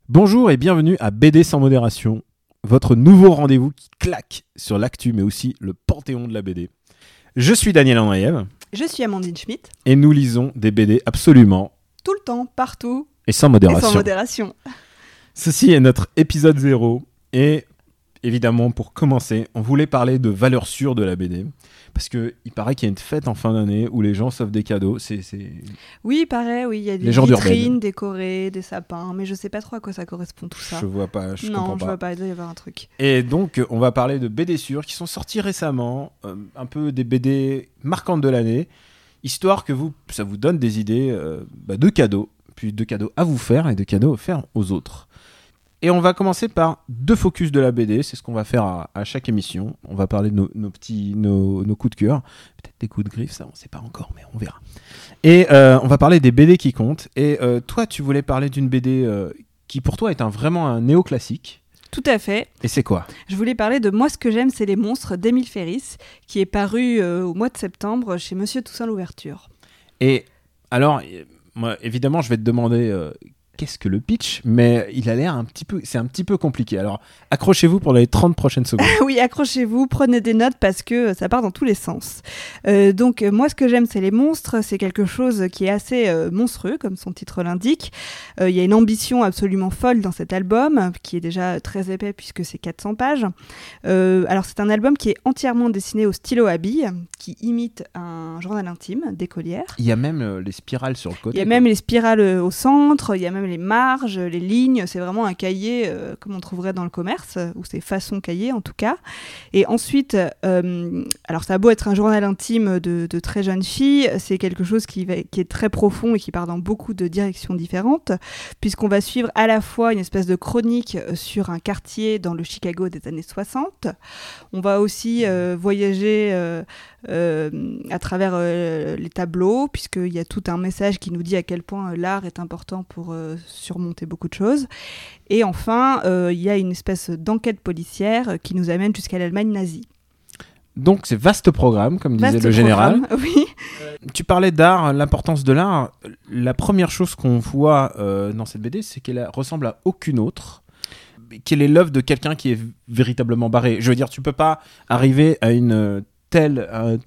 Bonjour et bienvenue à BD sans modération, votre nouveau rendez-vous qui claque sur l'actu mais aussi le panthéon de la BD. Je suis Daniel Andreev. Je suis Amandine Schmitt. Et nous lisons des BD absolument tout le temps, partout. Et sans modération. Et sans modération. Ceci est notre épisode 0 et évidemment pour commencer, on voulait parler de valeurs sûres de la BD. Parce qu'il paraît qu'il y a une fête en fin d'année où les gens s'offrent des cadeaux. Oui, il paraît, oui. Il y a des vitrines décorées, des sapins, mais je sais pas trop à quoi ça correspond tout ça. Je vois pas, je comprends pas. Non, je vois pas, il doit y avoir un truc. Et donc, on va parler de BD sûres qui sont sorties récemment, un peu des BD marquantes de l'année, histoire que ça vous donne des idées de cadeaux, puis de cadeaux à vous faire et de cadeaux à faire aux autres. Et on va commencer par 2 focus de la BD, c'est ce qu'on va faire à chaque émission. On va parler de nos coups de cœur, peut-être des coups de griffe, ça on sait pas encore, mais on verra. Et on va parler des BD qui comptent. Et toi, tu voulais parler d'une BD qui pour toi est vraiment un néoclassique. Tout à fait. Et c'est quoi ? Je voulais parler de Moi ce que j'aime c'est les monstres d'Émile Ferris, qui est paru au mois de septembre chez Monsieur Toussaint Louverture. Et alors, moi, évidemment, je vais te demander... qu'est-ce que le pitch, mais il a l'air c'est un petit peu compliqué. Alors, accrochez-vous pour les 30 prochaines secondes. Oui, accrochez-vous, prenez des notes parce que ça part dans tous les sens. Donc, moi, ce que j'aime, c'est les monstres. C'est quelque chose qui est assez monstrueux, comme son titre l'indique. Il y a une ambition absolument folle dans cet album, qui est déjà très épais puisque c'est 400 pages. Alors, c'est un album qui est entièrement dessiné au stylo à billes, qui imite un journal intime d'écolière. Il y a même les spirales sur le côté. Il y a même les spirales au centre, il y a même les marges, les lignes, c'est vraiment un cahier comme on trouverait dans le commerce, ou c'est façon cahier en tout cas. Et ensuite, alors ça a beau être un journal intime de très jeunes filles, c'est quelque chose qui est très profond et qui part dans beaucoup de directions différentes, puisqu'on va suivre à la fois une espèce de chronique sur un quartier dans le Chicago des années 60. On va aussi voyager à travers les tableaux, puisqu'il y a tout un message qui nous dit à quel point l'art est important pour surmonter beaucoup de choses. Et enfin, il y a une espèce d'enquête policière qui nous amène jusqu'à l'Allemagne nazie. Donc c'est vaste programme, comme disait le général. Oui. Tu parlais d'art, l'importance de l'art. La première chose qu'on voit dans cette BD, c'est qu'elle ressemble à aucune autre. Quelle est l'œuvre de quelqu'un qui est véritablement barré ? Je veux dire, tu peux pas arriver à un tel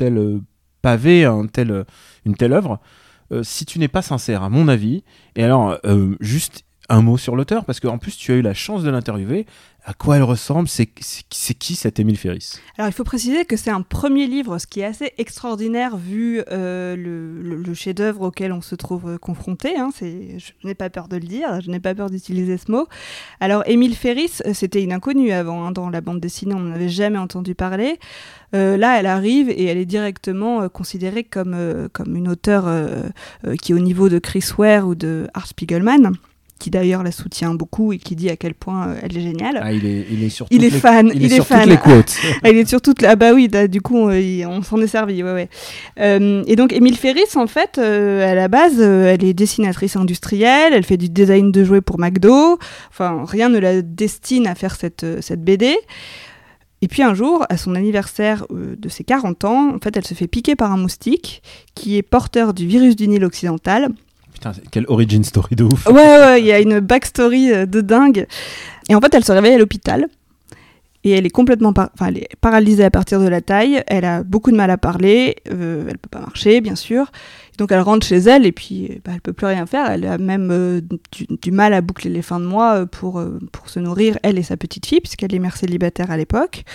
pavé, une telle œuvre, si tu n'es pas sincère, à mon avis. Et alors, juste un mot sur l'auteur, parce qu'en plus, tu as eu la chance de l'interviewer. À quoi elle ressemble ? C'est qui cet Émile Ferris ? Alors, il faut préciser que c'est un premier livre, ce qui est assez extraordinaire vu le chef-d'œuvre auquel on se trouve confronté. Hein, je n'ai pas peur de le dire, je n'ai pas peur d'utiliser ce mot. Alors, Émile Ferris, c'était une inconnue avant. Hein, dans la bande dessinée, on n'en avait jamais entendu parler. Là, elle arrive et elle est directement considérée comme une auteure qui est au niveau de Chris Ware ou de Art Spiegelman, qui d'ailleurs la soutient beaucoup et qui dit à quel point elle est géniale. Ah, il est sur toutes les quotes. Il est sur toutes les... Ah bah oui, du coup, on s'en est servi, ouais. Et donc, Émile Ferris, en fait, à la base, elle est dessinatrice industrielle, elle fait du design de jouets pour McDo, enfin, rien ne la destine à faire cette BD. Et puis un jour, à son anniversaire de ses 40 ans, en fait, elle se fait piquer par un moustique qui est porteur du virus du Nil occidental. Putain, quelle origin story de ouf. Ouais, il y a une backstory de dingue. Et en fait, elle se réveille à l'hôpital. Et elle est complètement elle est paralysée à partir de la taille. Elle a beaucoup de mal à parler. Elle peut pas marcher, bien sûr. Donc, elle rentre chez elle et puis elle peut plus rien faire. Elle a même du mal à boucler les fins de mois pour se nourrir, elle et sa petite fille, puisqu'elle est mère célibataire à l'époque.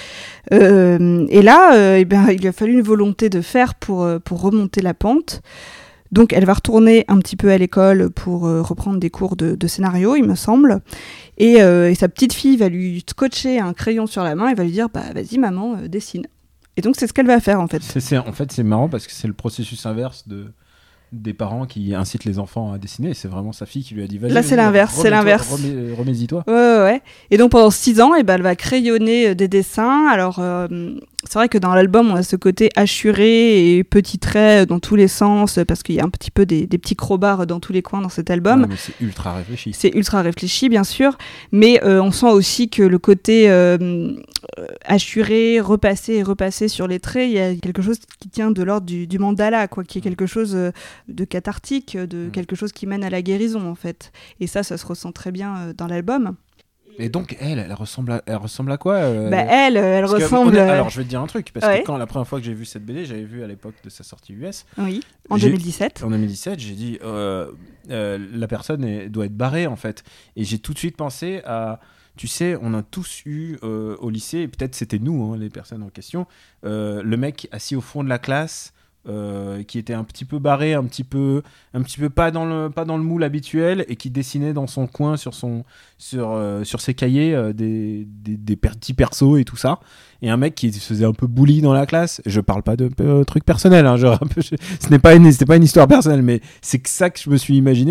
Et là, il a fallu une volonté de fer pour remonter la pente. Donc, elle va retourner un petit peu à l'école pour reprendre des cours de scénario, il me semble. Et sa petite fille va lui scotcher un crayon sur la main et va lui dire « Vas-y, maman, dessine ». Et donc, c'est ce qu'elle va faire, en fait. En fait, c'est marrant parce que c'est le processus inverse des parents qui incitent les enfants à dessiner. Et c'est vraiment sa fille qui lui a dit « Vas-y, là, c'est l'inverse. remets-y toi ». Ouais. Et donc, pendant 6 ans, elle va crayonner des dessins. Alors, c'est vrai que dans l'album, on a ce côté assuré et petits traits dans tous les sens, parce qu'il y a un petit peu des petits crobards dans tous les coins dans cet album. Ouais, mais c'est ultra réfléchi. C'est ultra réfléchi, bien sûr, mais on sent aussi que le côté assuré, repassé et repassé sur les traits, il y a quelque chose qui tient de l'ordre du mandala, quoi, qui est quelque chose de cathartique, quelque chose qui mène à la guérison, en fait. Et ça se ressent très bien dans l'album. Et donc, elle ressemble à quoi Elle Parce que ressemble... alors, je vais te dire un truc, parce Ouais. que quand la première fois que j'ai vu cette BD, j'avais vu à l'époque de sa sortie US. Oui, en 2017. En 2017, j'ai dit, la personne doit être barrée, en fait. Et j'ai tout de suite pensé à... Tu sais, on a tous eu au lycée, et peut-être c'était nous, les personnes en question, le mec assis au fond de la classe... qui était un petit peu barré, un petit peu pas dans le moule habituel, et qui dessinait dans son coin sur ses cahiers des petits persos et tout ça, et un mec qui se faisait un peu bully dans la classe. Je parle pas de trucs personnels, hein, c'était pas une histoire personnelle, mais c'est que ça que je me suis imaginé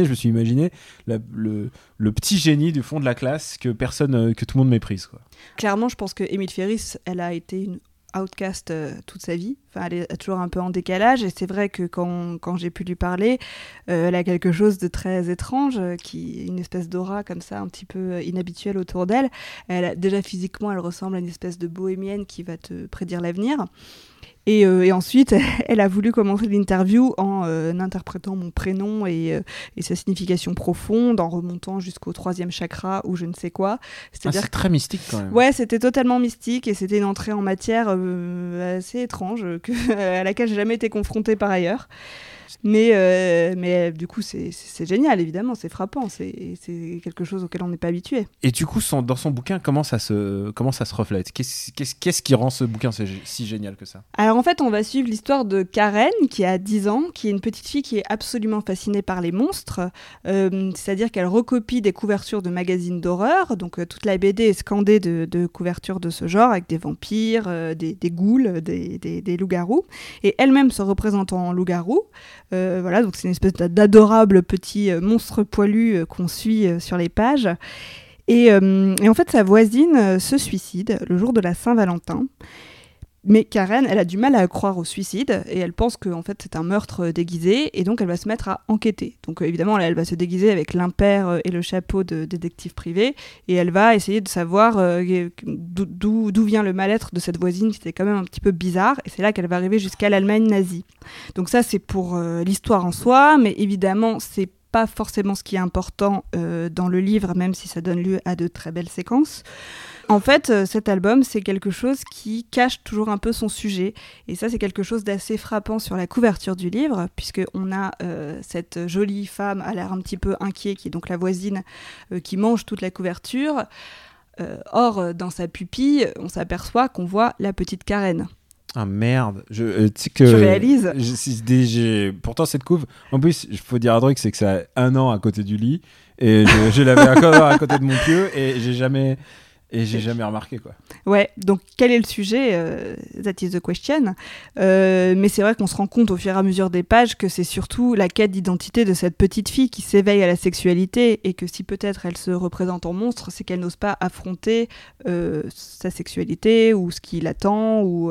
le petit génie du fond de la classe que tout le monde méprise, quoi. Clairement, je pense que Émile Ferris, elle a été une outcast toute sa vie. Enfin, elle est toujours un peu en décalage, et c'est vrai que quand j'ai pu lui parler, elle a quelque chose de très étrange, une espèce d'aura comme ça, un petit peu inhabituelle autour d'elle. Déjà physiquement, elle ressemble à une espèce de bohémienne qui va te prédire l'avenir. Et ensuite, elle a voulu commencer l'interview en interprétant mon prénom et sa signification profonde, en remontant jusqu'au 3e chakra ou je ne sais quoi. C'est très mystique quand même. Ouais, c'était totalement mystique, et c'était une entrée en matière assez étrange à laquelle j'ai jamais été confrontée par ailleurs. Mais du coup, c'est génial, évidemment, c'est frappant, c'est quelque chose auquel on n'est pas habitué. Et du coup, dans son bouquin, comment ça se reflète ? Qu'est-ce qui rend ce bouquin si génial que ça ? Alors en fait, on va suivre l'histoire de Karen, qui a 10 ans, qui est une petite fille qui est absolument fascinée par les monstres, c'est-à-dire qu'elle recopie des couvertures de magazines d'horreur, donc toute la BD est scandée de couvertures de ce genre, avec des vampires, des ghouls, des loups-garous, et elle-même se représente en loup-garou. Voilà, donc c'est une espèce d'adorable petit monstre poilu qu'on suit sur les pages. Et en fait, sa voisine se suicide le jour de la Saint-Valentin. Mais Karen, elle a du mal à croire au suicide, et elle pense que en fait, c'est un meurtre déguisé, et donc elle va se mettre à enquêter. Donc évidemment, là, elle va se déguiser avec l'impair et le chapeau de détective privé, et elle va essayer de savoir d'où vient le mal-être de cette voisine qui était quand même un petit peu bizarre, et c'est là qu'elle va arriver jusqu'à l'Allemagne nazie. Donc ça, c'est pour l'histoire en soi, mais évidemment, c'est pas forcément ce qui est important dans le livre, même si ça donne lieu à de très belles séquences. En fait, cet album, c'est quelque chose qui cache toujours un peu son sujet. Et ça, c'est quelque chose d'assez frappant sur la couverture du livre, puisqu'on a cette jolie femme à l'air un petit peu inquiet, qui est donc la voisine, qui mange toute la couverture. Or, dans sa pupille, on s'aperçoit qu'on voit la petite Karen. Ah merde, tu réalises pourtant cette couve, en plus il faut dire un truc, c'est que ça a 1 an à côté du lit, et je l'avais encore à côté de mon pieu, et j'ai jamais remarqué, quoi. Ouais, donc quel est le sujet that is the question. Mais c'est vrai qu'on se rend compte au fur et à mesure des pages que c'est surtout la quête d'identité de cette petite fille qui s'éveille à la sexualité, et que si peut-être elle se représente en monstre, c'est qu'elle n'ose pas affronter sa sexualité ou ce qui l'attend, ou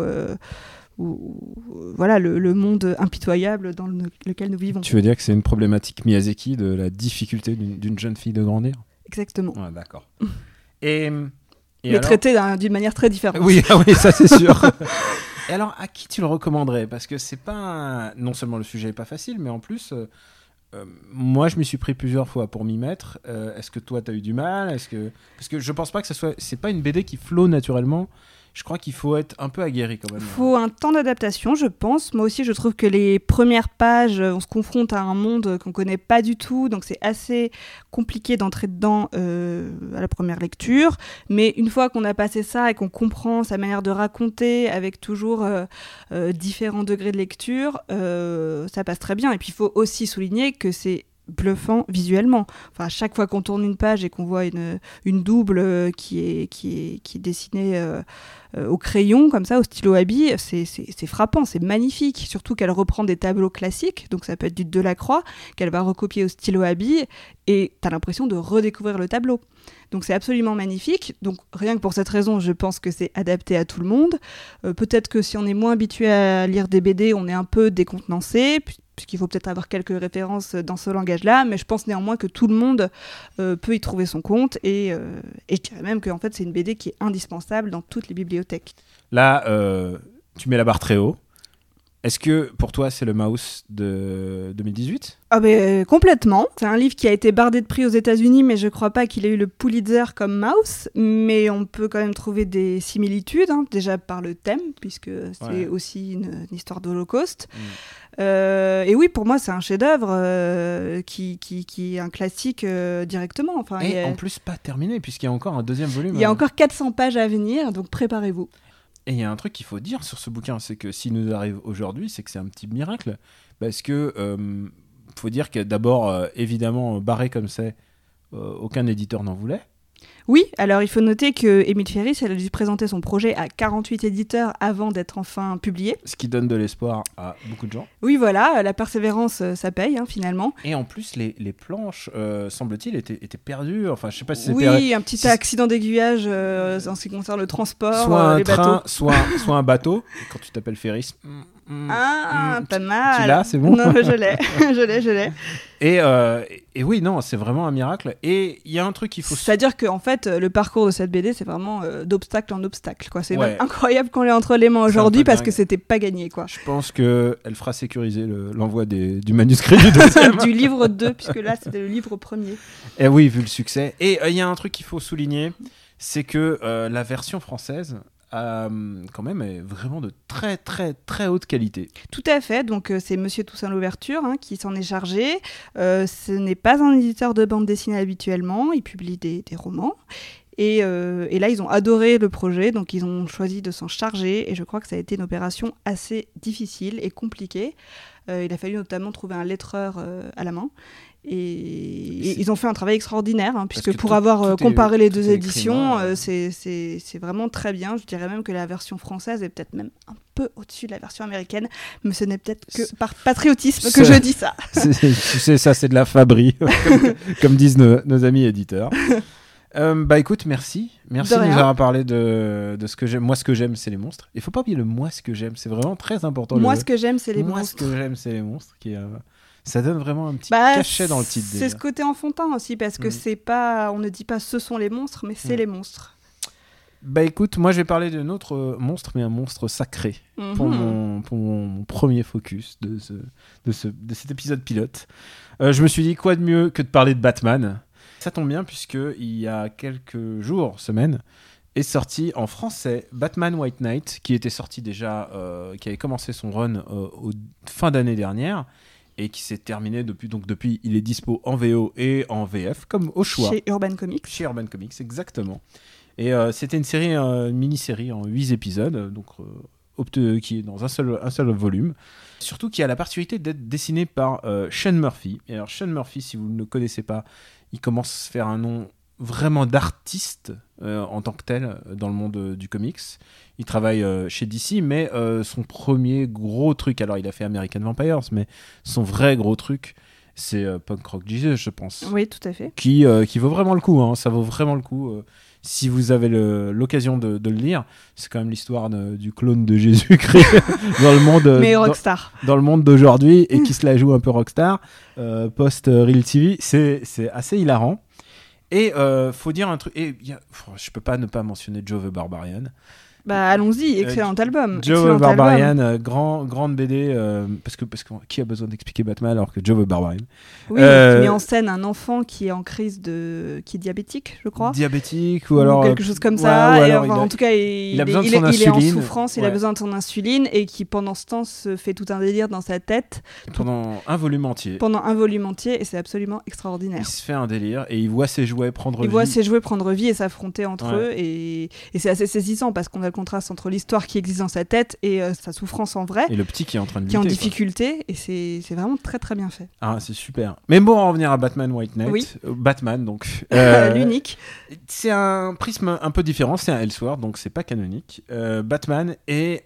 voilà le monde impitoyable dans lequel nous vivons. Tu veux dire que c'est une problématique Miyazaki de la difficulté d'une jeune fille de grandir ? Exactement. Ouais, d'accord. Mais alors... traité d'une manière très différente. Oui, ça c'est sûr. Et alors, à qui tu le recommanderais ? Parce que c'est pas non seulement le sujet est pas facile, mais en plus, moi je m'y suis pris plusieurs fois pour m'y mettre. Est-ce que toi t'as eu du mal ? Parce que je pense pas que c'est pas une BD qui flot naturellement. Je crois qu'il faut être un peu aguerri quand même. Il faut un temps d'adaptation, je pense. Moi aussi, je trouve que les premières pages, on se confronte à un monde qu'on ne connaît pas du tout, donc c'est assez compliqué d'entrer dedans à la première lecture. Mais une fois qu'on a passé ça et qu'on comprend sa manière de raconter, avec toujours différents degrés de lecture, ça passe très bien. Et puis, il faut aussi souligner que c'est bluffant visuellement. Enfin, à chaque fois qu'on tourne une page et qu'on voit une double qui est dessinée au crayon, comme ça, au stylo à billes, c'est frappant, c'est magnifique. Surtout qu'elle reprend des tableaux classiques, donc ça peut être du Delacroix, qu'elle va recopier au stylo à billes, et t'as l'impression de redécouvrir le tableau. Donc c'est absolument magnifique. Donc rien que pour cette raison, je pense que c'est adapté à tout le monde. Peut-être que si on est moins habitué à lire des BD, on est un peu décontenancé, puisqu'il faut peut-être avoir quelques références dans ce langage-là, mais je pense néanmoins que tout le monde peut y trouver son compte, et je dirais même qu'en fait c'est une BD qui est indispensable dans toutes les bibliothèques. Là, tu mets la barre très haut. Est-ce que pour toi c'est le Maus de 2018 ? Ah ben complètement. C'est un livre qui a été bardé de prix aux États-Unis, mais je crois pas qu'il ait eu le Pulitzer comme Maus. Mais on peut quand même trouver des similitudes, déjà par le thème, puisque c'est aussi une histoire d'Holocauste. Et oui, pour moi, c'est un chef-d'œuvre qui est un classique directement. Enfin, et en plus pas terminé, puisqu'il y a encore un deuxième volume. Il y a encore 400 pages à venir, donc préparez-vous. Et il y a un truc qu'il faut dire sur ce bouquin, c'est que s'il nous arrive aujourd'hui, c'est que c'est un petit miracle. Parce que faut dire que d'abord, évidemment, barré comme c'est, aucun éditeur n'en voulait. Oui, alors il faut noter que Émile Ferris, elle a dû présenter son projet à 48 éditeurs avant d'être enfin publié. Ce qui donne de l'espoir à beaucoup de gens. Oui, voilà, la persévérance, ça paye, finalement. Et en plus, les planches, semble-t-il, étaient perdues. Enfin, je sais pas si c'était... Oui, un petit accident d'aiguillage en ce qui concerne le transport, soit les train, bateaux. soit un bateau, quand tu t'appelles Ferris. Pas mal. Tu l'as, c'est bon. Non, je l'ai. Et oui, non, c'est vraiment un miracle. Et il y a un truc qu'il faut... C'est-à-dire qu'en fait, le parcours de cette BD, c'est vraiment d'obstacle en obstacle, quoi. C'est même incroyable qu'on l'ait entre les mains aujourd'hui, parce que c'était pas gagné, quoi. Je pense qu'elle fera sécuriser l'envoi du manuscrit du deuxième. Du livre 2, puisque là, c'était le livre premier. Et oui, vu le succès. Et il y a un truc qu'il faut souligner, c'est que la version française... quand même est vraiment de très très très haute qualité. Tout à fait, donc c'est Monsieur Toussaint Louverture qui s'en est chargé. Ce n'est pas un éditeur de bande dessinée habituellement, il publie des romans. Et là, ils ont adoré le projet, donc ils ont choisi de s'en charger, et je crois que ça a été une opération assez difficile et compliquée. Il a fallu notamment trouver un lettreur à la main. Et ils ont fait un travail extraordinaire, puisque pour avoir comparé les deux éditions, c'est vraiment très bien. Je dirais même que la version française est peut-être même un peu au-dessus de la version américaine, mais ce n'est peut-être que par patriotisme que je dis ça. Tu sais, ça c'est de la fabri, comme disent nos amis éditeurs. Écoute, merci de nous avoir parlé de ce que j'aime. Moi, ce que j'aime, c'est les monstres. Il faut pas oublier le moi, ce que j'aime. C'est vraiment très important. Moi, ce que j'aime, c'est les monstres. Moi, ce que j'aime, c'est les monstres. Ça donne vraiment un petit cachet dans le titre. C'est ce côté enfantin aussi, parce que c'est pas, on ne dit pas ce sont les monstres, mais c'est les monstres. Écoute, moi je vais parler d'un autre monstre, mais un monstre sacré pour mon premier focus de cet épisode pilote. Je me suis dit, quoi de mieux que de parler de Batman ? Ça tombe bien, puisqu'il y a quelques jours, semaines, est sorti en français Batman White Knight, qui était sorti déjà, qui avait commencé son run fin d'année dernière, et qui s'est terminé depuis, il est dispo en VO et en VF, comme au choix. Chez Urban Comics. Chez Urban Comics, exactement. Et c'était une mini-série en 8 épisodes, qui est dans un seul volume. Surtout qui a la particularité d'être dessiné par Sean Murphy. Et alors Sean Murphy, si vous ne le connaissez pas, il commence à se faire un nom vraiment d'artiste en tant que tel dans le monde du comics. Il travaille chez DC, mais son premier gros truc, alors il a fait American Vampires, mais son vrai gros truc, c'est Punk Rock Jesus, je pense. Oui, tout à fait. Qui vaut vraiment le coup, ça vaut vraiment le coup. Si vous avez l'occasion de le lire, c'est quand même l'histoire du clone de Jésus-Christ dans le monde, mais rockstar. Dans le monde d'aujourd'hui, et qui se la joue un peu rockstar, post-Real TV. C'est assez hilarant. Et faut dire un truc, je peux pas ne pas mentionner Joe the Barbarian. Allons-y, excellent album. Joe the Barbarian, grande BD, parce que qui a besoin d'expliquer Batman alors que Joe the Barbarian. Oui, qui met en scène un enfant qui est en crise qui est diabétique, je crois. Diabétique ou alors quelque chose comme ça. En tout cas, il est en souffrance, il a besoin de son insuline, et qui pendant ce temps se fait tout un délire dans sa tête. Pendant un volume entier, et c'est absolument extraordinaire. Il se fait un délire et il voit ses jouets prendre vie. Et s'affronter entre eux, et c'est assez saisissant parce qu'on a le contraste entre l'histoire qui existe dans sa tête et sa souffrance en vrai, Et le petit qui est en train de qui est en lutter, quoi. difficulté, et c'est vraiment très très bien fait. Ah, c'est super. Mais bon, en revenir à Batman White Knight. Oui. Batman, donc. L'unique. C'est un prisme un peu différent, c'est un Elseworld, donc c'est pas canonique. Batman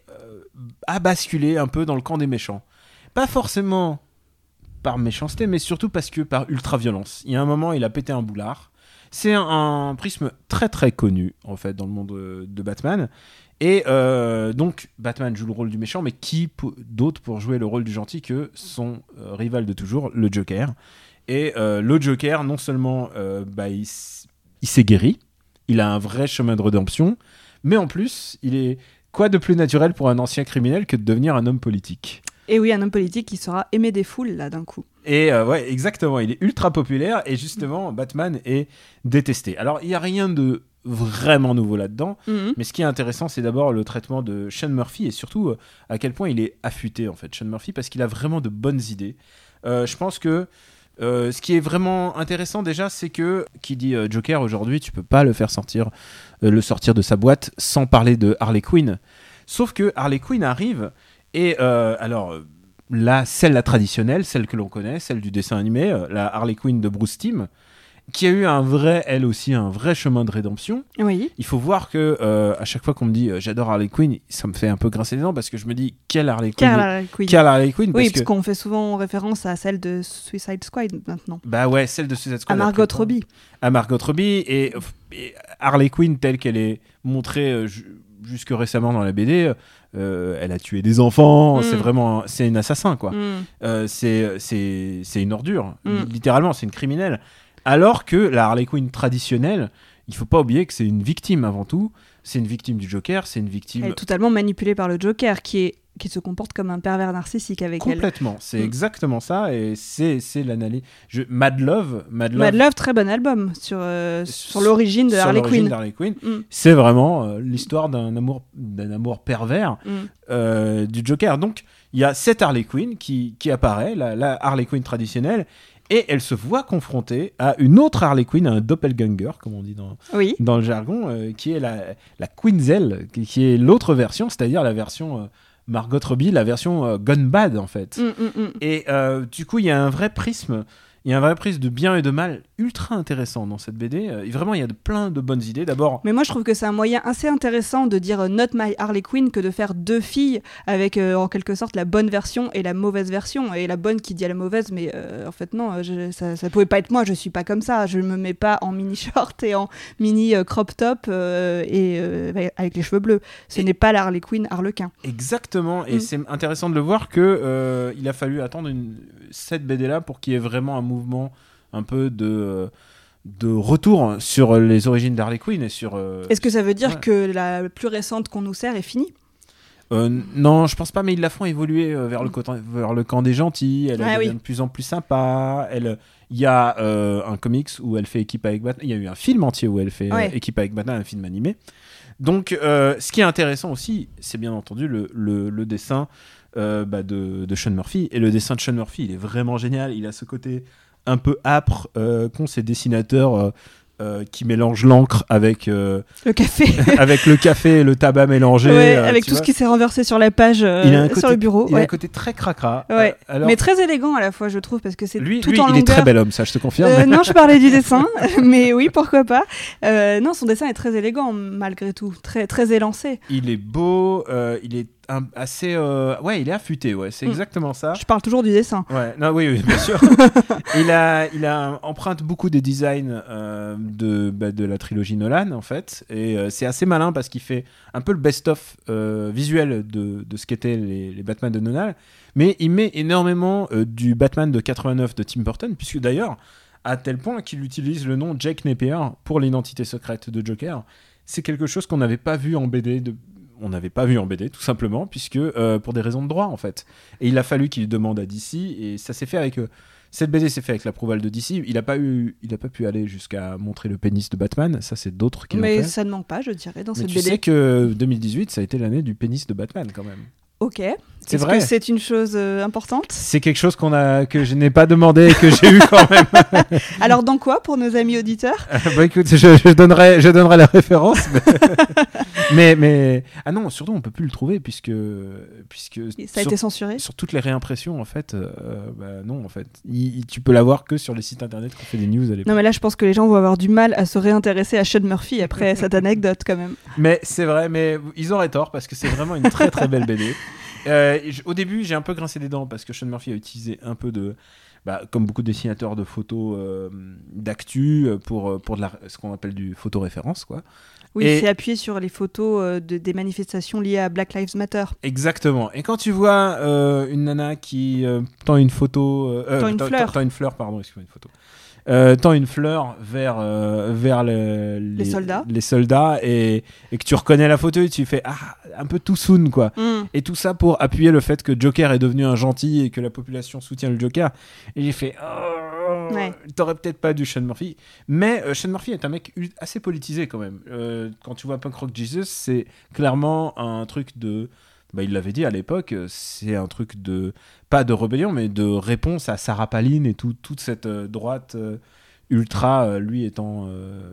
a basculé un peu dans le camp des méchants. Pas forcément par méchanceté, mais surtout parce que par ultra-violence. Il y a un moment, il a pété un boulard. C'est un prisme très très connu, en fait, dans le monde de Batman. Et donc, Batman joue le rôle du méchant, mais d'autre pour jouer le rôle du gentil que son rival de toujours, le Joker. Et le Joker, non seulement il s'est guéri, il a un vrai chemin de rédemption, mais en plus, il est quoi de plus naturel pour un ancien criminel que de devenir un homme politique ? Et oui, un homme politique qui sera aimé des foules, là, d'un coup. Et ouais, exactement, il est ultra populaire et justement, Batman est détesté. Alors, il n'y a rien de vraiment nouveau là-dedans, mais ce qui est intéressant, c'est d'abord le traitement de Sean Murphy et surtout à quel point il est affûté, en fait, Sean Murphy, parce qu'il a vraiment de bonnes idées. Je pense que ce qui est vraiment intéressant déjà, c'est que qui dit Joker aujourd'hui, tu peux pas le faire sortir de sa boîte sans parler de Harley Quinn. Sauf que Harley Quinn arrive et la traditionnelle, celle que l'on connaît, celle du dessin animé, la Harley Quinn de Bruce Timm, qui a eu elle aussi un vrai chemin de rédemption. Oui. Il faut voir que à chaque fois qu'on me dit j'adore Harley Quinn, ça me fait un peu grincer les dents parce que je me dis quelle Harley Quinn, Oui, parce qu'on fait souvent référence à celle de Suicide Squad maintenant. Bah ouais, celle de Suicide Squad. À Margot Robbie. Et Harley Quinn telle qu'elle est montrée jusque récemment dans la BD, elle a tué des enfants, c'est une assassin quoi. C'est une ordure, littéralement, c'est une criminelle. Alors que la Harley Quinn traditionnelle, il faut pas oublier que c'est une victime avant tout. C'est une victime du Joker, c'est une victime... Elle est totalement manipulée par le Joker, qui se comporte comme un pervers narcissique avec elle. Complètement, c'est exactement ça, et c'est l'analyse... Mad Love, très bon album sur l'origine de Harley Quinn. C'est vraiment l'histoire d'un amour pervers du Joker. Donc, il y a cette Harley Quinn qui apparaît, la Harley Quinn traditionnelle, et elle se voit confrontée à une autre Harley Quinn, un doppelganger, comme on dit dans le jargon, qui est la Quinzel, qui est l'autre version, c'est-à-dire la version Margot Robbie, la version Gone Bad, en fait. Et du coup, il y a un vrai prisme de bien et de mal ultra intéressant dans cette BD. Vraiment, il y a plein de bonnes idées. D'abord... Mais moi, je trouve que c'est un moyen assez intéressant de dire Not My Harley Quinn que de faire deux filles avec, en quelque sorte, la bonne version et la mauvaise version. Et la bonne qui dit à la mauvaise, mais en fait, non, ça pouvait pas être moi, je suis pas comme ça. Je me mets pas en mini-short et en mini crop top avec les cheveux bleus. Ce n'est pas la Harley Quinn Harlequin. Exactement. Et c'est intéressant de le voir que il a fallu attendre cette BD-là pour qu'il y ait vraiment un mouvement un peu de retour sur les origines d'Harley Quinn et sur... Est-ce que ça veut dire que la plus récente qu'on nous sert est finie ? Non, je pense pas, mais ils la font évoluer vers le camp des gentils. Elle devient de plus en plus sympa. Il y a un comics où elle fait équipe avec Batman. Il y a eu un film entier où elle fait équipe avec Batman, un film animé. Donc, ce qui est intéressant aussi, c'est bien entendu le dessin de Sean Murphy. Et le dessin de Sean Murphy, il est vraiment génial. Il a ce côté un peu âpre qu'ont ces dessinateurs qui mélangent l'encre avec le café avec le café et le tabac mélangé, avec tout ce qui s'est renversé sur la page sur le bureau. Il a un côté très cracra, mais très élégant à la fois, je trouve, parce que c'est lui, tout en il longueur. Est très bel homme, ça je te confirme. Non, je parlais du dessin, mais oui, pourquoi pas. Non, son dessin est très élégant malgré tout, très très élancé. Il est beau, il est assez il est affûté, c'est exactement ça. Je parle toujours du dessin. Oui, bien sûr. il emprunte beaucoup des designs de la trilogie Nolan, en fait, et c'est assez malin parce qu'il fait un peu le best-of visuel de ce qu'étaient les Batman de Nolan, mais il met énormément du Batman de 89 de Tim Burton, puisque d'ailleurs à tel point qu'il utilise le nom Jake Napier pour l'identité secrète de Joker. C'est quelque chose qu'on n'avait pas vu en BD tout simplement, puisque pour des raisons de droit, en fait. Et il a fallu qu'il demande à DC, et ça s'est fait avec... cette BD s'est fait avec l'approval de DC. Il a pas pu aller jusqu'à montrer le pénis de Batman. Ça, c'est d'autres qui l'ont fait. Mais ça ne manque pas, je dirais, dans cette BD. Mais tu sais que 2018, ça a été l'année du pénis de Batman, quand même. Ok. C'est Est-ce vrai. que c'est une chose importante? C'est quelque chose que je n'ai pas demandé et que j'ai eu quand même. Alors dans quoi pour nos amis auditeurs? Bah écoute, je donnerai la référence. Mais ah non, surtout on peut plus le trouver puisque Ça a été censuré? sur toutes les réimpressions en fait. Bah non en fait, tu peux l'avoir que sur les sites internet qui ont fait des news à l'époque. Non mais là je pense que les gens vont avoir du mal à se réintéresser à Sean Murphy après cette anecdote quand même. Mais c'est vrai, mais ils auraient tort parce que c'est vraiment une très très belle BD. Au début, j'ai un peu grincé des dents parce que Sean Murphy a utilisé un peu de, comme beaucoup de dessinateurs de photos d'actu pour ce qu'on appelle du photoréférence, quoi. Oui, il s'est appuyé sur les photos des manifestations liées à Black Lives Matter. Exactement. Et quand tu vois une nana qui tend une photo, Tend une fleur, pardon, excuse-moi, une photo. Tend une fleur vers les soldats et que tu reconnais la photo et tu fais un peu too soon quoi. Et tout ça pour appuyer le fait que Joker est devenu un gentil et que la population soutient le Joker. Et j'ai fait t'aurais peut-être pas dû Sean Murphy, mais Sean Murphy est un mec assez politisé quand même. Quand tu vois Punk Rock Jesus, c'est clairement un truc de il l'avait dit à l'époque, c'est un truc pas de rébellion, mais de réponse à Sarah Palin et toute cette droite ultra, lui étant,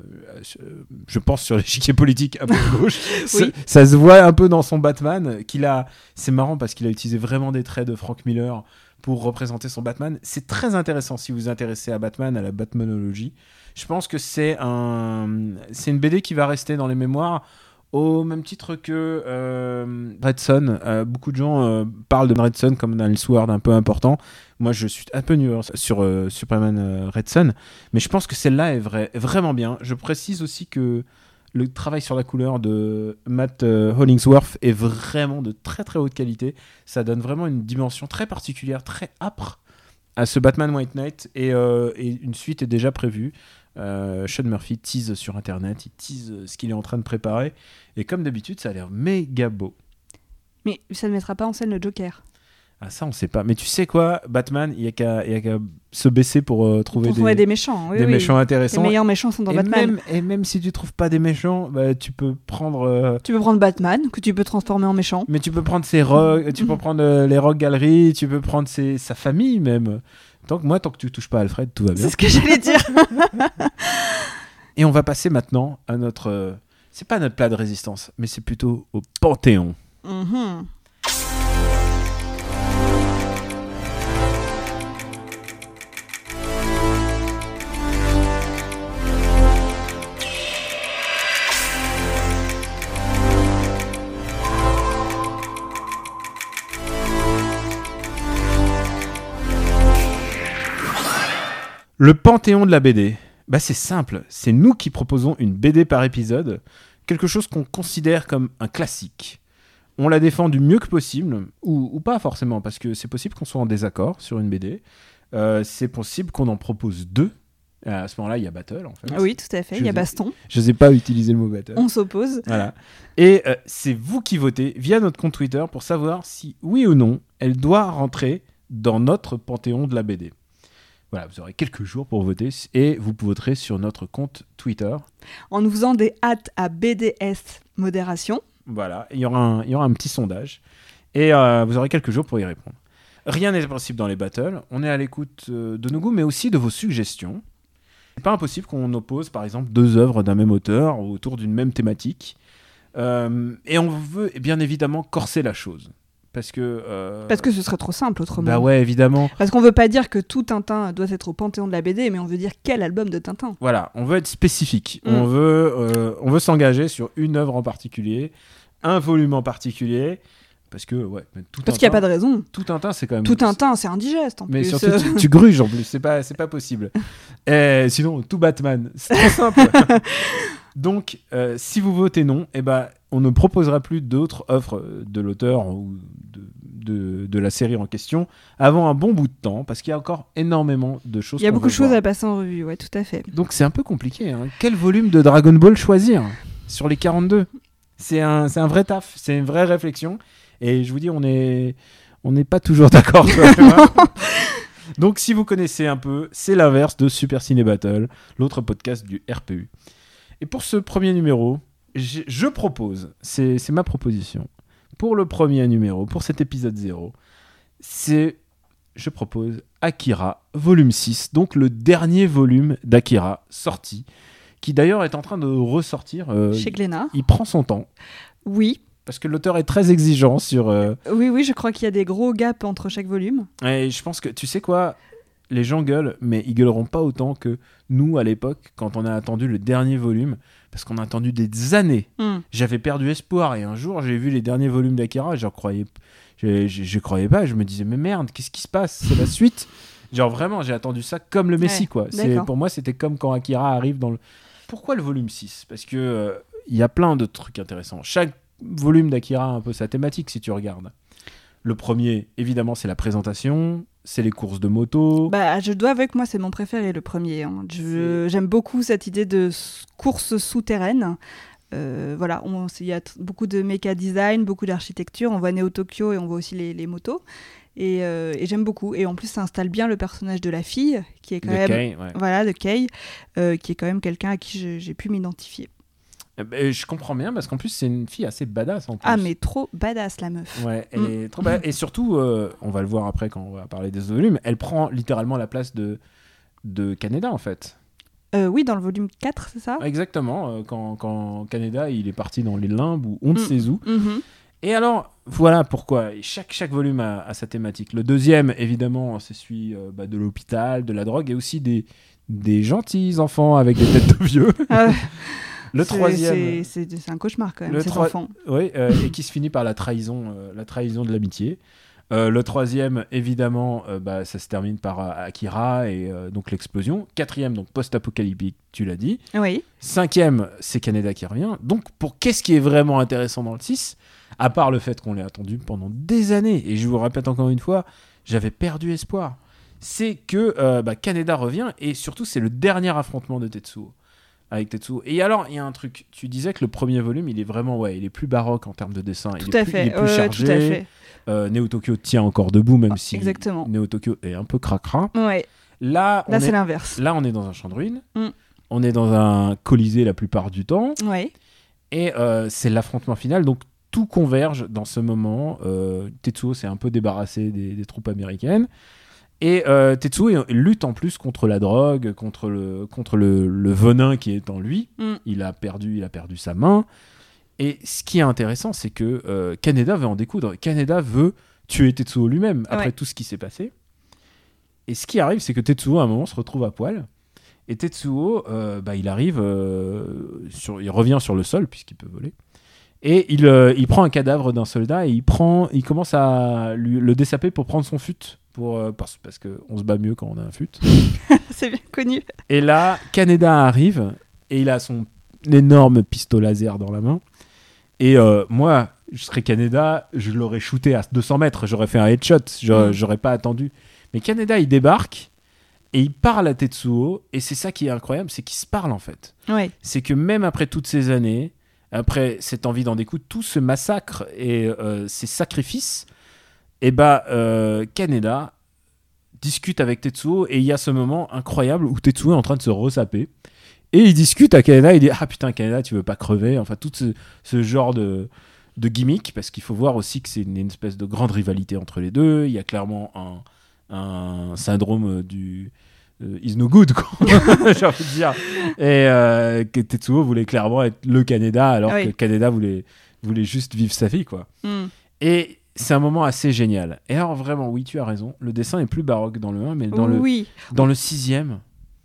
je pense, sur l'échiquier politique un peu de gauche. Oui. Ça se voit un peu dans son Batman, c'est marrant parce qu'il a utilisé vraiment des traits de Frank Miller pour représenter son Batman. C'est très intéressant si vous vous intéressez à Batman, à la Batmanologie. Je pense que c'est une BD qui va rester dans les mémoires. Au même titre que Red Son, beaucoup de gens parlent de Red Son comme d'un Elseworld un peu important. Moi, je suis un peu nuancé sur Superman Red Son, mais je pense que celle-là est vraiment bien. Je précise aussi que le travail sur la couleur de Matt Hollingsworth est vraiment de très très haute qualité. Ça donne vraiment une dimension très particulière, très âpre à ce Batman White Knight, et une suite est déjà prévue. Sean Murphy tease sur internet, il tease ce qu'il est en train de préparer, et comme d'habitude ça a l'air méga beau. Mais ça ne mettra pas en scène le Joker. Ah ça on sait pas, mais tu sais quoi, Batman il y a qu'à se baisser pour trouver des méchants, méchants intéressants. Les meilleurs méchants sont dans Batman. Même si tu trouves pas des méchants, tu peux prendre Batman que tu peux transformer en méchant. Mais tu peux prendre ses rogues, tu peux prendre les Rogue Gallery, tu peux prendre sa famille même. Tant que tu touches pas Alfred, tout va bien. C'est ce que j'allais dire. Et on va passer maintenant à notre... c'est pas notre plat de résistance, mais c'est plutôt au Panthéon. Mm-hmm. Le Panthéon de la BD. C'est simple, c'est nous qui proposons une BD par épisode, quelque chose qu'on considère comme un classique. On la défend du mieux que possible, ou pas forcément, parce que c'est possible qu'on soit en désaccord sur une BD. C'est possible qu'on en propose deux. À ce moment-là, il y a battle, en fait. Oui, tout à fait, il y a baston. Je n'osais pas utiliser le mot battle. On s'oppose. Voilà. Et c'est vous qui votez via notre compte Twitter pour savoir si, oui ou non, elle doit rentrer dans notre Panthéon de la BD. Voilà, vous aurez quelques jours pour voter et vous voterez sur notre compte Twitter. En nous faisant des hâtes à BDS Modération. Voilà, il y aura un petit sondage et vous aurez quelques jours pour y répondre. Rien n'est impossible dans les battles. On est à l'écoute de nos goûts, mais aussi de vos suggestions. C'est pas impossible qu'on oppose, par exemple, deux œuvres d'un même auteur autour d'une même thématique. Et on veut bien évidemment corser la chose. Parce que ce serait trop simple autrement. Bah ouais, évidemment. Parce qu'on veut pas dire que tout Tintin doit être au Panthéon de la BD, mais on veut dire quel album de Tintin. Voilà, on veut être spécifique. On veut s'engager sur une œuvre en particulier, un volume en particulier. Parce que, parce qu'il n'y a pas de raison. Tout Tintin, c'est quand même... Tout Tintin, c'est indigeste, en mais plus. Mais surtout, tu gruges, en plus. C'est pas possible. Et sinon, tout Batman. C'est trop simple. Donc, si vous votez non, on ne proposera plus d'autres œuvres de l'auteur ou de la série en question avant un bon bout de temps, parce qu'il y a encore énormément de choses. Il y a beaucoup de choses à passer en revue, ouais, tout à fait. Donc, c'est un peu compliqué. Hein. Quel volume de Dragon Ball choisir sur les 42 ? C'est un vrai taf, c'est une vraie réflexion. Et je vous dis, on n'est pas toujours d'accord. Donc, si vous connaissez un peu, c'est l'inverse de Super Ciné Battle, l'autre podcast du RPU. Et pour ce premier numéro, je propose, c'est ma proposition, pour le premier numéro, pour cet épisode 0, je propose Akira, volume 6, donc le dernier volume d'Akira sorti, qui d'ailleurs est en train de ressortir. Chez Glénat. Il prend son temps. Oui. Parce que l'auteur est très exigeant sur... Oui, je crois qu'il y a des gros gaps entre chaque volume. Et je pense que, tu sais quoi, les gens gueulent, mais ils gueuleront pas autant que nous, à l'époque, quand on a attendu le dernier volume, parce qu'on a attendu des années. J'avais perdu espoir, et un jour, j'ai vu les derniers volumes d'Akira, et je croyais pas, je me disais, mais merde, qu'est-ce qui se passe ? C'est la suite ? Genre vraiment, j'ai attendu ça comme le Messie, quoi. Pour moi, c'était comme quand Akira arrive dans le... Pourquoi le volume 6 ? Parce que il y a plein de trucs intéressants. Chaque volume d'Akira a un peu sa thématique, si tu regardes. Le premier, évidemment, c'est la présentation, c'est les courses de moto. Bah, je dois avouer que moi, c'est mon préféré, le premier. Hein. J'aime beaucoup cette idée de course souterraine. Voilà, il y a beaucoup de méca design, beaucoup d'architecture. On voit Neo Tokyo et on voit aussi les motos. Et j'aime beaucoup. Et en plus, ça installe bien le personnage de la fille, qui est quand même... Kei, ouais. Voilà, de Kei, qui est quand même quelqu'un à qui j'ai pu m'identifier. Je comprends bien, parce qu'en plus, c'est une fille assez badass. En plus. Ah, mais trop badass, la meuf. Ouais, elle est trop badass. Et surtout, on va le voir après quand on va parler des volumes, elle prend littéralement la place de Kaneda, en fait. Oui, dans le volume 4, c'est ça ? Exactement, quand Kaneda, il est parti dans les limbes ou on ne sait où. Mm-hmm. Et alors, voilà pourquoi. Chaque volume a sa thématique. Le deuxième, évidemment, c'est celui de l'hôpital, de la drogue, et aussi des gentils enfants avec des têtes de vieux. Le troisième... C'est un cauchemar, quand même, ces enfants. Oui, et qui se finit par la trahison de l'amitié. Le troisième, évidemment, ça se termine par Akira et donc l'explosion. Quatrième, donc post-apocalyptique, tu l'as dit. Oui. Cinquième, c'est Kaneda qui revient. Donc, qu'est-ce qui est vraiment intéressant dans le 6 ? À part le fait qu'on l'ait attendu pendant des années, et je vous répète encore une fois, j'avais perdu espoir. C'est que Kaneda revient, et surtout, c'est le dernier affrontement de Tetsuo. Avec Tetsuo. Et alors, il y a un truc. Tu disais que le premier volume, il est vraiment, il est plus baroque en termes de dessin. Il est plus chargé. Tout à fait. Neo Tokyo tient encore debout, même si exactement. Neo Tokyo est un peu cracra. Ouais. Là, c'est l'inverse. Là, on est dans un champ de ruines. On est dans un colisée la plupart du temps. Ouais. Et c'est l'affrontement final. Donc, tout converge dans ce moment. Tetsuo s'est un peu débarrassé des troupes américaines. Et Tetsuo lutte en plus contre la drogue, contre le venin qui est en lui. Il a perdu sa main. Et ce qui est intéressant, c'est que Kaneda veut en découdre. Kaneda veut tuer Tetsuo lui-même après tout ce qui s'est passé. Et ce qui arrive, c'est que Tetsuo à un moment se retrouve à poil. Et Tetsuo, il arrive, il revient sur le sol puisqu'il peut voler. Et il prend un cadavre d'un soldat et il commence à le dessaper pour prendre son fut. Parce qu'on se bat mieux quand on a un fut. C'est bien connu. Et là, Kaneda arrive et il a son énorme pistolet laser dans la main. Et moi, je serais Kaneda, je l'aurais shooté à 200 mètres. J'aurais fait un headshot. J'aurais pas attendu. Mais Kaneda, il débarque et il parle à Tetsuo. Et c'est ça qui est incroyable, c'est qu'ils se parlent en fait. Ouais. C'est que même après toutes ces années, après cette envie d'en découdre, tout ce massacre et ces sacrifices, et Kaneda discute avec Tetsuo et il y a ce moment incroyable où Tetsuo est en train de se ressaper et il discute à Kaneda, il dit « Ah putain Kaneda, tu veux pas crever ?» Enfin tout ce genre de gimmick, parce qu'il faut voir aussi que c'est une espèce de grande rivalité entre les deux. Il y a clairement un syndrome du is no good, quoi. J'ai envie de dire. Et que Tetsuo voulait clairement être le Kaneda alors que Kaneda voulait juste vivre sa vie, quoi. Et c'est un moment assez génial. Et alors vraiment, oui, tu as raison, le dessin est plus baroque dans le 1, mais dans le 6e,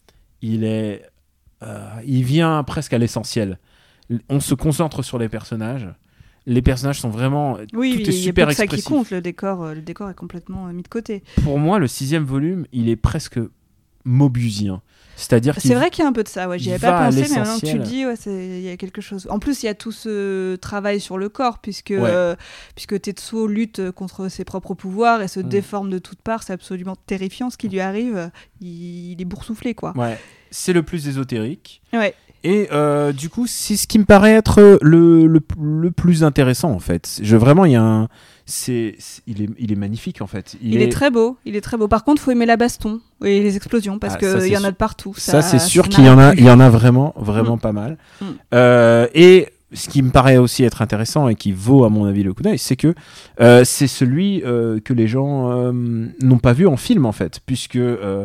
il vient presque à l'essentiel. On se concentre sur les personnages. Les personnages sont vraiment... tout est super expressif. Ça qui compte, le décor est complètement mis de côté. Pour moi, le 6e volume, il est presque mobusien. C'est-à-dire c'est vrai qu'il y a un peu de ça, j'y avais pas pensé, mais maintenant que tu le dis, il y a quelque chose. En plus, il y a tout ce travail sur le corps, puisque Tetsuo lutte contre ses propres pouvoirs et se déforme de toutes parts. C'est absolument terrifiant ce qui lui arrive. Il est boursouflé, quoi. Ouais. C'est le plus ésotérique. Ouais. Et du coup, c'est ce qui me paraît être le plus intéressant, en fait. Vraiment, il y a il est magnifique, en fait. Il est très beau. Par contre, il faut aimer la baston et les explosions, parce qu'il y en a de partout. Ça c'est sûr qu'il y en a vraiment pas mal. Et ce qui me paraît aussi être intéressant et qui vaut à mon avis le coup d'œil, c'est que c'est celui que les gens n'ont pas vu en film en fait, puisque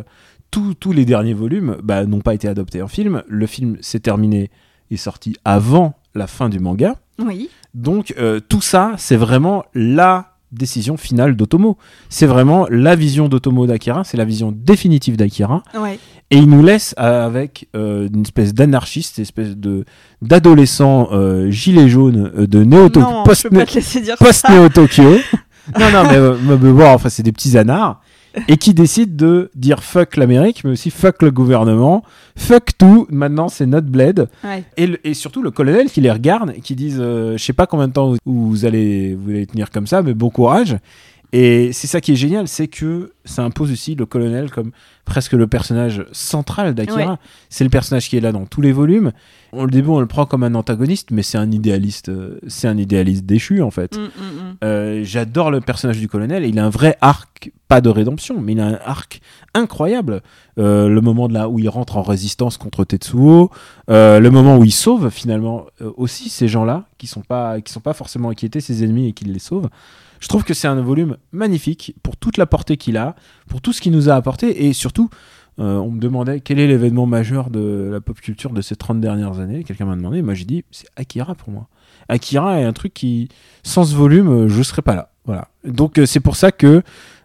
tous les derniers volumes n'ont pas été adaptés en film. Le film s'est terminé, est sorti avant la fin du manga. Oui. Donc tout ça, c'est vraiment la décision finale d'Otomo. C'est vraiment la vision d'Otomo d'Akira, c'est la vision définitive d'Akira. Ouais. Et il nous laisse avec une espèce d'anarchiste, une espèce d'adolescent gilet jaune de Non, je peux pas te laisser dire ça. post-Néo-Tokyo. non, mais bon, enfin, c'est des petits anards. Et qui décide de dire fuck l'Amérique, mais aussi fuck le gouvernement, fuck tout, maintenant c'est notre bled. Ouais. Et surtout le colonel qui les regarde et qui disent je sais pas combien de temps vous allez tenir comme ça, mais bon courage. Et c'est ça qui est génial, c'est que ça impose aussi le colonel comme presque le personnage central d'Akira. Ouais. C'est le personnage qui est là dans tous les volumes. Au début, on le prend comme un antagoniste, mais c'est un idéaliste déchu en fait. J'adore le personnage du colonel. Il a un vrai arc, pas de rédemption, mais il a un arc incroyable. Le moment où il rentre en résistance contre Tetsuo, le moment où il sauve finalement aussi ces gens-là qui sont pas forcément inquiétés, ses ennemis, et qu'il les sauve. Je trouve que c'est un volume magnifique pour toute la portée qu'il a, pour tout ce qu'il nous a apporté, et surtout, on me demandait quel est l'événement majeur de la pop culture de ces 30 dernières années. Quelqu'un m'a demandé, moi j'ai dit, c'est Akira pour moi. Akira est un truc qui, sans ce volume, je serais pas là. Voilà. Donc c'est pour ça que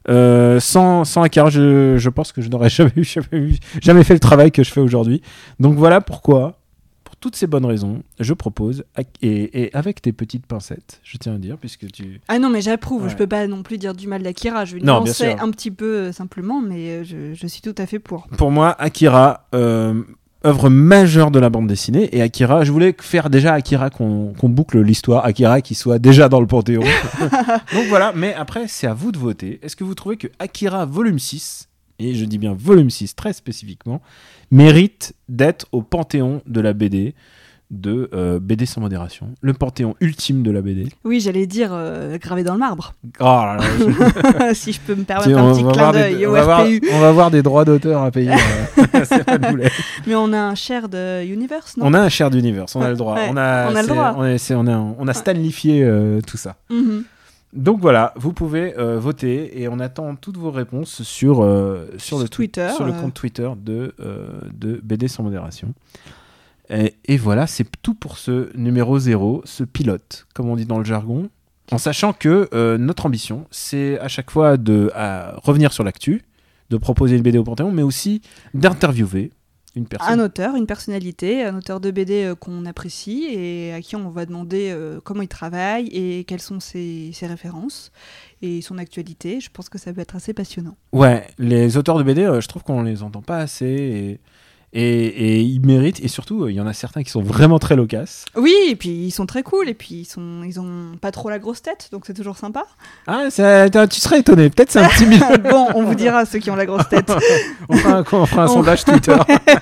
sans Akira, je pense que je n'aurais jamais fait le travail que je fais aujourd'hui. Donc voilà pourquoi, pour toutes ces bonnes raisons, je propose, et avec tes petites pincettes, je tiens à dire, puisque tu... Ah non, mais j'approuve, Ouais. je peux pas non plus dire du mal d'Akira, je vais Non, bien nuancer sûr. un petit peu simplement, mais je suis tout à fait pour. Pour moi, Akira, œuvre majeure de la bande dessinée, et Akira, je voulais faire déjà Akira qu'on boucle l'histoire, Akira qui soit déjà dans le Panthéon. Donc voilà, mais après, c'est à vous de voter. Est-ce que vous trouvez que Akira volume 6, et je dis bien volume 6 très spécifiquement, mérite d'être au Panthéon de la BD, de BD sans modération, le Panthéon ultime de la BD? Oui, j'allais dire gravé dans le marbre, Oh là là, si je peux me permettre un petit clin d'œil au RPU. on va avoir des droits d'auteur à payer. C'est pas de boulet. Mais on a un share de Universe, non? On a un shared universe, on a le droit. Ouais, On a le droit. On a Stanlifié tout ça. Mhm. Donc voilà, vous pouvez voter, et on attend toutes vos réponses sur le Twitter, sur le compte Twitter de BD sans modération. Et voilà, c'est tout pour ce numéro 0, ce pilote, comme on dit dans le jargon. En sachant que notre ambition, c'est à chaque fois à revenir sur l'actu, de proposer une BD au Panthéon, mais aussi d'interviewer une personne. Un auteur, une personnalité, un auteur de BD qu'on apprécie et à qui on va demander comment il travaille et quelles sont ses références et son actualité. Je pense que ça peut être assez passionnant. Ouais, les auteurs de BD, je trouve qu'on les entend pas assez, et ils méritent, et surtout, il y en a certains qui sont vraiment très loquaces. Oui, et puis ils sont très cool et puis ils ont pas trop la grosse tête, donc c'est toujours sympa. Ah, tu serais étonné, peut-être c'est un petit milieu. Bon, on vous dira ceux qui ont la grosse tête. on fera un sondage Twitter.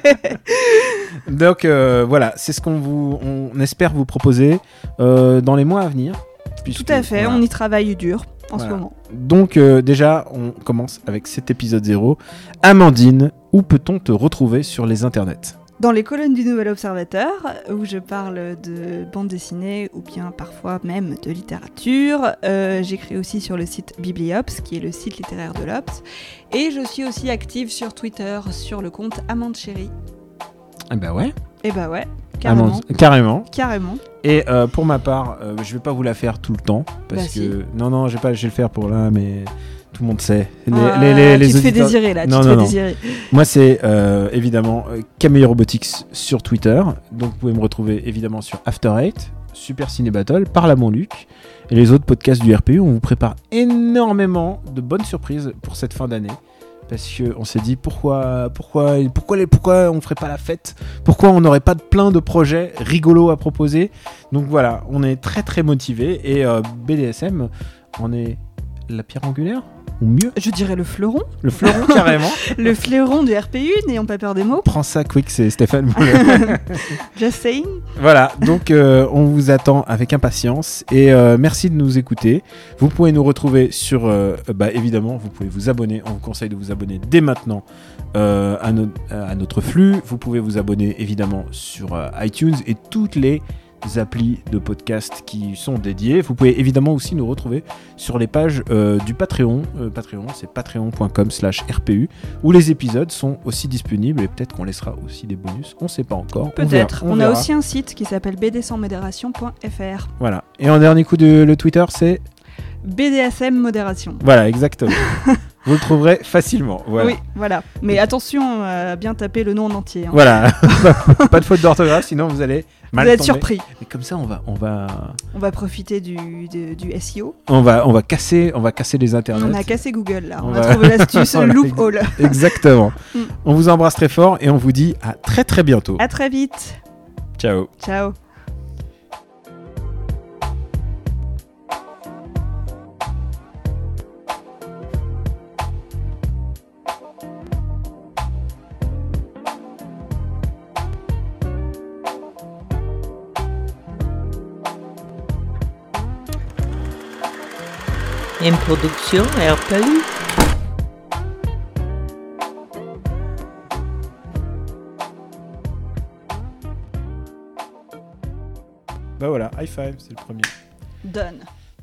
Donc voilà, c'est ce on espère vous proposer dans les mois à venir. Tout à fait, voilà. on y travaille dur en ce moment. Donc déjà, on commence avec cet épisode 0. Amandine, où peut-on te retrouver sur les internets ? Dans les colonnes du Nouvel Observateur, où je parle de bande dessinée ou bien parfois même de littérature. J'écris aussi sur le site Bibliops, qui est le site littéraire de l'Obs. Et je suis aussi active sur Twitter, sur le compte Amande Chérie. Eh ben ouais. Eh bah ouais, carrément. Carrément. Et pour ma part, je vais pas vous la faire tout le temps, parce que... Si. Non, je vais le faire pour là, mais... Tout le monde sait. Tu te fais désirer là, Non. désirer. Moi, c'est évidemment Camille Robotics sur Twitter. Donc, vous pouvez me retrouver évidemment sur After Eight, Super Ciné Battle, Parle à mon Luc et les autres podcasts du RPU. On vous prépare énormément de bonnes surprises pour cette fin d'année. Parce qu'on s'est dit pourquoi on ferait pas la fête, pourquoi on n'aurait pas plein de projets rigolos à proposer. Donc voilà, on est très très motivés, et BDSM, on est la pierre angulaire, ou mieux, Je dirais le fleuron. le fleuron carrément. Le fleuron du RPU, n'ayons pas peur des mots. Prends ça quick, c'est Stéphane Boulet. Just saying. Voilà, donc on vous attend avec impatience, et merci de nous écouter. Vous pouvez nous retrouver sur, évidemment, vous pouvez vous abonner. On vous conseille de vous abonner dès maintenant à notre flux. Vous pouvez vous abonner évidemment sur iTunes et toutes les applis de podcast qui sont dédiées. Vous pouvez évidemment aussi nous retrouver sur les pages du Patreon. Patreon, c'est patreon.com/RPU, où les épisodes sont aussi disponibles et peut-être qu'on laissera aussi des bonus. On ne sait pas encore. Peut-être. On a verra. aussi un site qui s'appelle bdsansmodération.fr. Voilà. Et en dernier coup, le Twitter, c'est BDSM Modération. Voilà, exactement. Vous le trouverez facilement. Voilà. Oui, voilà. Mais attention à bien taper le nom en entier. Hein. Voilà. Pas de faute d'orthographe, sinon vous allez mal vous êtes tomber. surpris. Mais comme ça, on va profiter du SEO. On va casser les internets. On a cassé Google là. On a trouvé l'astuce Voilà, loophole. Exactement. On vous embrasse très fort et on vous dit à très très bientôt. À très vite. Ciao. Ciao. Une production RPU. Bah voilà, high five, c'est le premier. Done.